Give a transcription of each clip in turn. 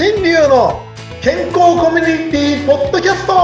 新流の健康コミュニティポッドキャスト。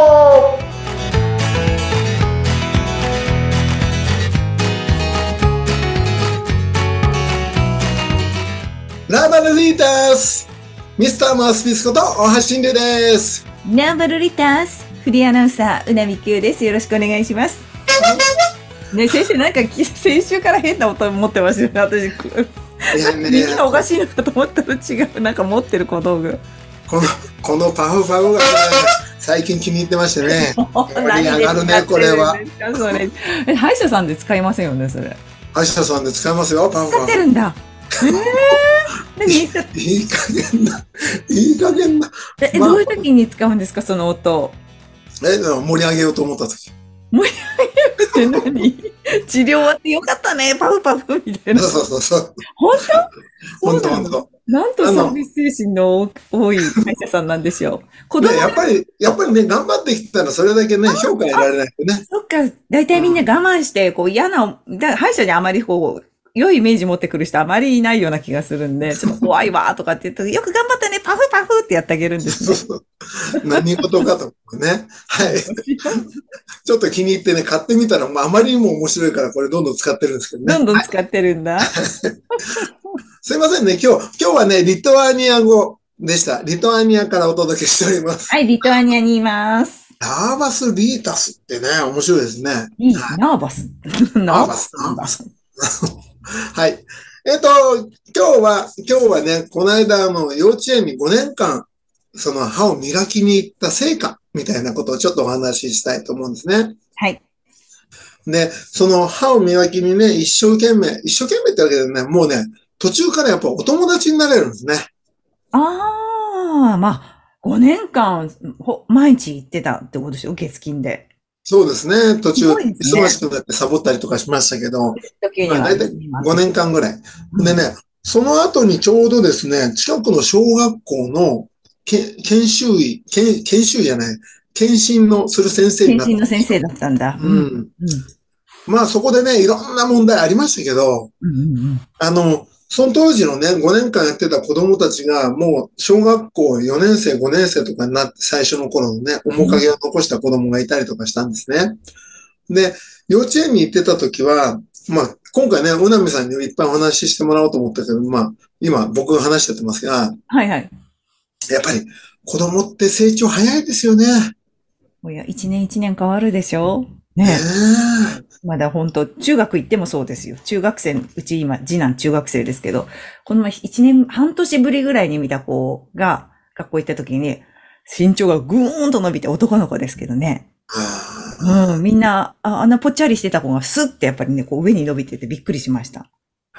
ラバルリータースミスターマウスピースこと大橋新流です。 ラバルリータースフリーアナウンサーうなみきゅうです。よろしくお願いします。ね、先生なんか先週から変な音持ってますよね。私耳がおかしいのかと思ったら違う、なんか持ってる小道具。 このパフパフが、ね、最近気に入ってましてね。盛り上がるね、これは。 歯医者さんで使いませんよね、それ。 歯医者さんで使いますよ、パフパフ。 使ってるんだ。 いい加減だ。いい加減だ。 どういう時に使うんですか、その音。 盛り上げようと思った時。 盛り上げるって何？治療終わってよかったね、パフパフみたいな。 そう。 本当？ 本当。 なんとサービス精神の多い歯医者さんなんでしょう。子供ね、やっぱりね、頑張ってきたらそれだけね、評価得られないよね。 そっか、だいたいみんな我慢して、歯医者にあまり良いイメージ持ってくる人あまりいないような気がするんで、ちょっと怖いわとかって言って、よく頑張ったね、パフパフってやってあげるんですね。 そう。何事かとね。はい。ちょっと気に入ってね、買ってみたら、あまりにも面白いから、これどんどん使ってるんですけどね。 どんどん使ってるんだ。 すいませんね、今日はね、リトアニア語でした。リトアニアからお届けしております。 はい、リトアニアにいます。 ナーバスリータスってね、面白いですね。 ナーバス。 ナーバス。はい。今日はね、この間幼稚園に5年間、その歯を磨きに行った成果みたいなことをちょっとお話ししたいと思うんですね。 はい。で、 その歯を磨きにね、一生懸命ってわけでね、もうね、途中からやっぱお友達になれるんですね。 まあ、5年間、毎日行ってたってことでしょ、月金で。 そうですね。途中、忙しくなってサボったりとかしましたけど、だいたい5年間ぐらい。でね、その後にちょうどですね、近くの小学校の研修じゃない、検診のする先生になった。 検診の先生だったんだ。 まあそこでね、いろんな問題ありましたけど、その当時のね、5年間やってた子供たちが、もう小学校4年生、5年生とかになって最初の頃のね、面影を残した子供がいたりとかしたんですね。で、幼稚園に行ってた時は、まあ、今回ね、うなみさんにいっぱいお話ししてもらおうと思ったけど、まあ、今僕が話しちゃってますが、 はいはい。 やっぱり子供って成長早いですよね。 一年一年変わるでしょね。まだ本当中学行ってもそうですよ。中学生、うち今、次男中学生ですけど、この前半年ぶりぐらいに見た子が、学校行った時に、身長がぐーんと伸びて男の子ですけどね。みんな、あんなぽっちゃりしてた子がスッてやっぱりね、上に伸びててびっくりしました。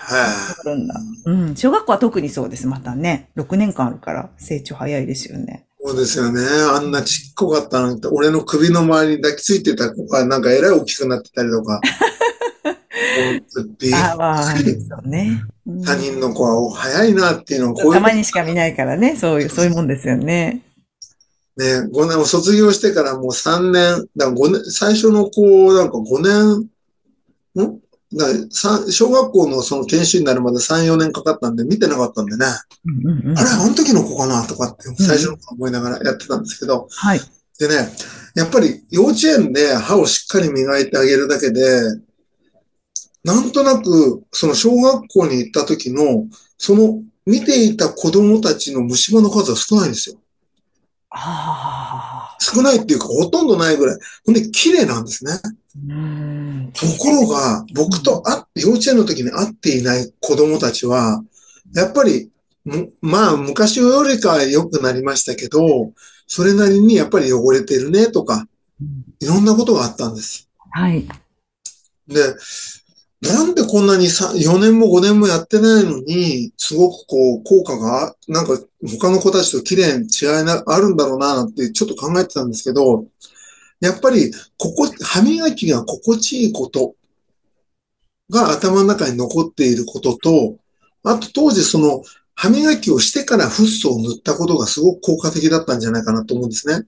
小学校は特にそうです。またね、6年間あるから成長早いですよね。 そうですよね。あんなちっこかったなんて、俺の首の周りに抱きついてた子がなんかえらい大きくなってたりとか。 そうね。 他人の子は早いなっていうのをたまにしか見ないからね、そういうもんですよね。 ね、5年を卒業してからもう3年、最初の子なんか5年、小学校のその研修になるまで3、4年かかったんで見てなかったんでね。あれ、あの時の子かなとかって最初の子思いながらやってたんですけど。 はい。 でね、やっぱり幼稚園で歯をしっかり磨いてあげるだけで、なんとなくその小学校に行った時の、その見ていた子供たちの虫歯の数は少ないんですよ。少ないっていうかほとんどないぐらい。ほんで綺麗なんですね。ところが、僕と幼稚園の時に会っていない子供たちは、やっぱり、まあ昔よりかは良くなりましたけど、それなりにやっぱり汚れてるねとか、いろんなことがあったんです。 はい。 で、なんでこんなに4年も5年もやってないのに、すごく効果が、なんか他の子たちと綺麗に違いあるんだろうな、なんてちょっと考えてたんですけど、やっぱり、歯磨きが心地いいことが頭の中に残っていることと、あと当時その歯磨きをしてからフッ素を塗ったことがすごく効果的だったんじゃないかなと思うんですね。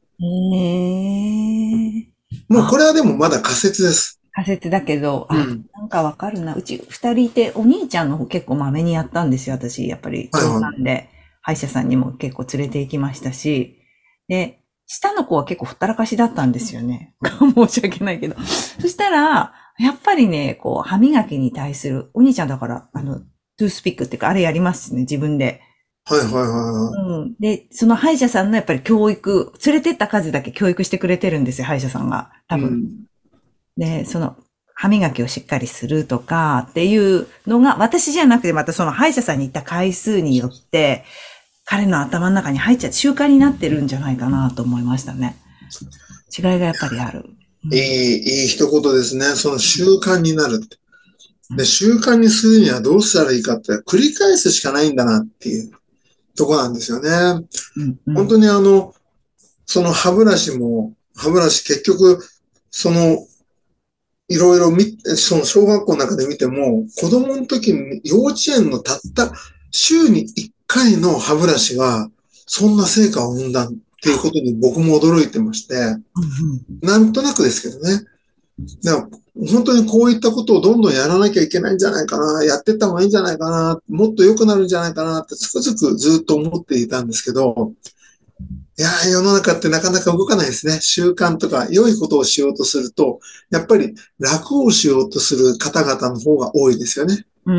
もうこれはでもまだ仮説です。 仮説だけど、なんかわかるな。うち2人いて、お兄ちゃんの方結構まめにやったんですよ、私。やっぱり長男で。 歯医者さんにも結構連れて行きましたし、で、下の子は結構ほったらかしだったんですよね。申し訳ないけど。そしたら、やっぱりね、こう、歯磨きに対する、お兄ちゃんだから、トゥースピックっていうか、あれやりますね、自分で。 はいはいはいはうん。で、その歯医者さんのやっぱり教育、連れてった数だけ教育してくれてるんですよ、歯医者さんが。 い。 多分。 うん。 で、その、歯磨きをしっかりするとかっていうのが、私じゃなくてまたその歯医者さんに行った回数によって、彼の頭の中に入っちゃう習慣になってるんじゃないかなと思いましたね。違いがやっぱりある。ういい、 ん。 いい一言ですね。その習慣になるって。で、 うん。 習慣にするにはどうしたらいいかって繰り返すしかないんだなっていうとこなんですよね。 うん。うん。 本当にその歯ブラシ結局、その、いろいろその小学校の中で見ても、子供の時に幼稚園のたった週に1回の歯ブラシが、そんな成果を生んだっていうことに僕も驚いてまして、 うん。 なんとなくですけどね。だから本当にこういったことをどんどんやらなきゃいけないんじゃないかな、やってった方がいいんじゃないかな、もっと良くなるんじゃないかなってつくづくずっと思っていたんですけど、いやー、世の中ってなかなか動かないですね。習慣とか良いことをしようとすると、やっぱり楽をしようとする方々の方が多いですよね。 うん。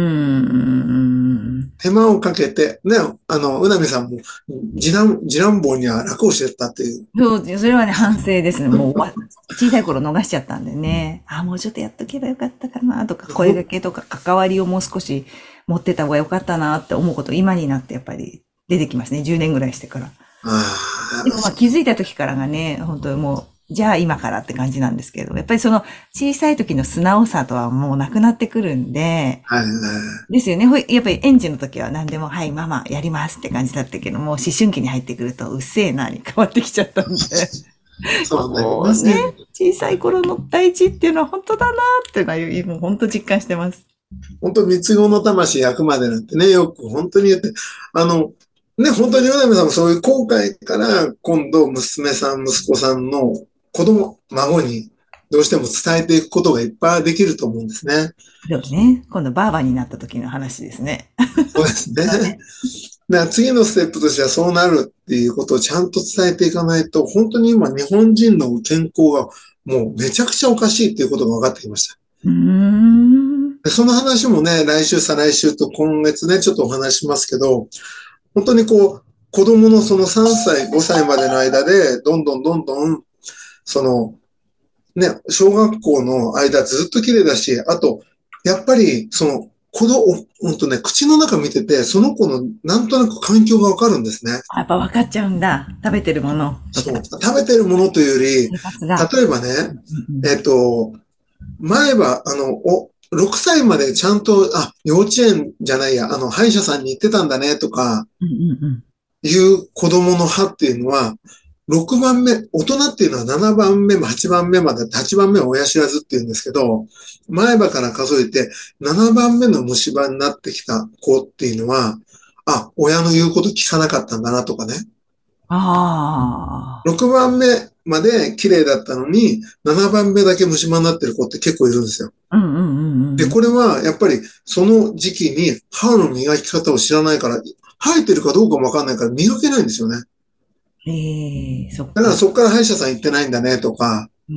手間をかけて、ね、うなみさんも、次男坊には楽をしてったっていう。 そう、それはね、反省ですね。もう小さい頃逃しちゃったんでね。あ、もうちょっとやっとけばよかったかなとか、声掛けとか関わりをもう少し持ってた方がよかったなって思うこと、今になってやっぱり出てきますね。10年ぐらいしてから。 ああ、 でもまあ気づいた時からがね、本当にもう、じゃあ今からって感じなんですけど、やっぱりその小さい時の素直さとはもうなくなってくるんで、 はい、はですよね。やっぱり園児の時は何でも、はい、ママやりますって感じだったけども、思春期に入ってくると、うっせえなに変わってきちゃったんで、 い。そうなりこうね、 ますよ。 小さい頃の大事っていうのは本当だなっていうのは、もう本当実感してます。 本当、三つ子の魂焼くまでなんてね、よく本当に言って、あの、ね、本当にうなみさんもそういう後悔から今度娘さん、息子さんの孫にどうしても伝えていくことがいっぱいできると思うんですね。 そうね。今度バーバになった時の話ですね。 そうですね。だから次のステップとしてはそうなるっていうことをちゃんと伝えていかないと、本当に今日本人の健康がもうめちゃくちゃおかしいっていうことが分かってきました。 うーん。 でその話もね、来週、再来週と今月ね、ちょっとお話しますけど、本当にこう、子供のその3歳、5歳までの間で、どんどん、その、ね、小学校の間ずっと綺麗だし、あと、やっぱり、その、ほんとね、口の中見てて、その子のなんとなく環境がわかるんですね。 やっぱ分かっちゃうんだ。食べてるものとか、 そう。食べてるものというより、 生活が。 例えばね、 うん。 えっと、前は、6歳までちゃんと、幼稚園じゃないや、歯医者さんに行ってたんだねとか、 うんうんうん。 いう子供の歯っていうのは、6番目、大人っていうのは7番目も8番目まで、8番目は親知らずっていうんですけど、前歯から数えて7番目の虫歯になってきた子っていうのは、親の言うこと聞かなかったんだなとかね。 ああ。 6番目まで綺麗だったのに、7番目だけ虫歯になってる子って結構いるんですよ。 うんうんうんで、 うん。 これはやっぱりその時期に歯の磨き方を知らないから、生えてるかどうかもわかんないから磨けないんですよね。 ええ、そっか。 だからそこから歯医者さん行ってないんだねとか、 うん。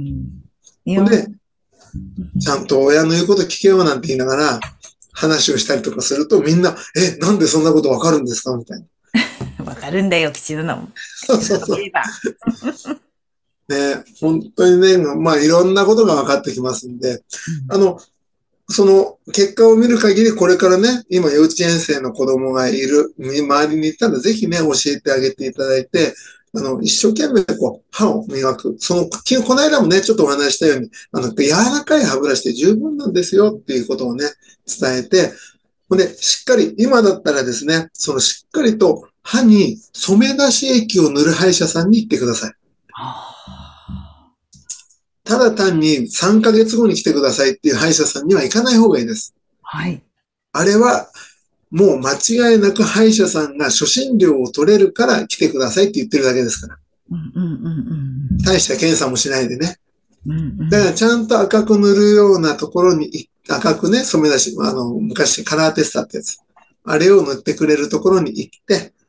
いや、 ほんで、ちゃんと親の言うこと聞けよなんて言いながら話をしたりとかするとみんな、なんでそんなことわかるんですかみたいな。 わかるんだよ、口のの。 そう口のそうそう。 言えば。 ね、本当にね、まあいろんなことが分かってきますんで、 うん。 あの、その結果を見る限り、これからね、今幼稚園生の子供がいる、周りにいたらぜひね、教えてあげていただいて、一生懸命こう、歯を磨く。この間もね、ちょっとお話ししたように、柔らかい歯ブラシで十分なんですよっていうことをね、伝えて、ほんで、しっかり、今だったらですね、そのしっかりと歯に染め出し液を塗る歯医者さんに行ってください。 あただ単に3ヶ月後に来てくださいっていう歯医者さんには行かない方がいいです。 あ。はい。 あれはもう間違いなく歯医者さんが初診料を取れるから来てくださいって言ってるだけですから。 うんうんうん大した検査もしないでね。 うん。うんうん。 だからちゃんと赤く塗るようなところに、赤くね、染め出し、昔カラーテスターってやつ。あれを塗ってくれるところに行って、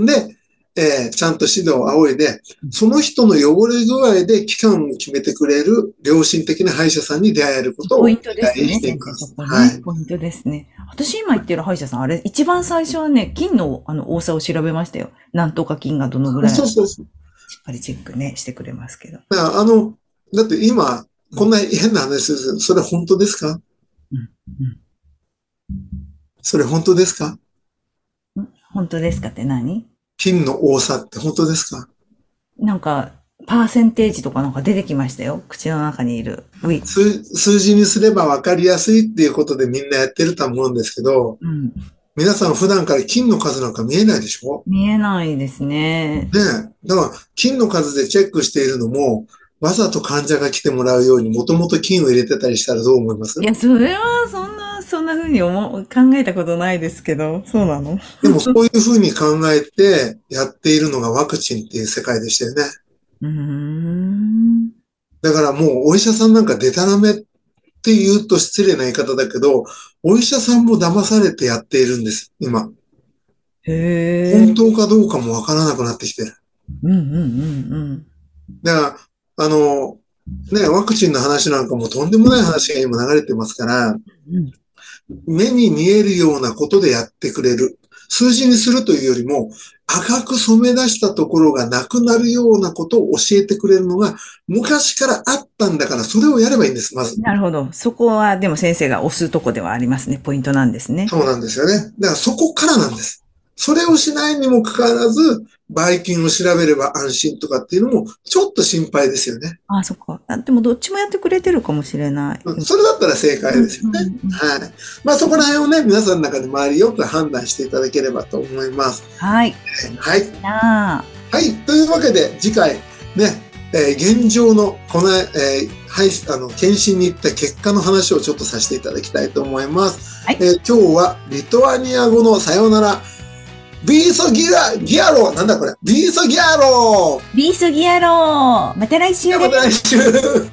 で、ちゃんと指導を仰いで、その人の汚れ具合で期間を決めてくれる良心的な歯医者さんに出会えることを期ポイントですね、 待してい先生、そます。 こね。 はい。 ポイントですね。私今言ってる歯医者さん、あれ、一番最初はね、菌の多さを調べましたよ。なんとか菌がどのぐらいあるか。 そうそうそう。 しっかりチェックね、してくれますけど。 だからだって今、こんな変な話ですけど、それ本当ですか？ うん、 それ本当ですか？ うん。本当ですかって何？ 菌の多さって本当ですか？ なんか、パーセンテージとかなんか出てきましたよ。口の中にいる。 数字にすれば分かりやすいっていうことでみんなやってると思うんですけど、 うん。 皆さん普段から菌の数なんか見えないでしょ？ 見えないですね。 ねえ。だから、菌の数でチェックしているのも、わざと患者が来てもらうようにもともと菌を入れてたりしたらどう思います？ いや、それは、そんな風に考えたことないですけど、そうなの？ でもそういうふうに考えてやっているのがワクチンっていう世界でしたよね。 うーん。 だからもうお医者さんなんかデタラメって言うと失礼な言い方だけど、お医者さんも騙されてやっているんです、今。 へえ。 本当かどうかもわからなくなってきてる。 うんうんうんうん。 だから、ワクチンの話なんかもとんでもない話が今流れてますから、 うん。 目に見えるようなことでやってくれる。数字にするというよりも、赤く染め出したところがなくなるようなことを教えてくれるのが昔からあったんだから、それをやればいいんです、まず。 なるほど。そこは、でも先生が押すとこではありますね。ポイントなんですね。 そうなんですよね。だからそこからなんです。それをしないにもかかわらず、ばい菌を調べれば安心とかっていうのも、ちょっと心配ですよね。 あ、そっか。あ、でもどっちもやってくれてるかもしれない。 それだったら正解うんですよね。 うんうん。 はい。まあそこら辺をね、皆さんの中で周りよく判断していただければと思います。 はい。 はい。 なあ。 はい。というわけで、次回、ね、現状の、はい、検診に行った結果の話をちょっとさせていただきたいと思います。 はい。 今日は、リトアニア語のさよなら、ビーソギアローなんだこれビーソギアロービースギアロー。また来週です。 また来週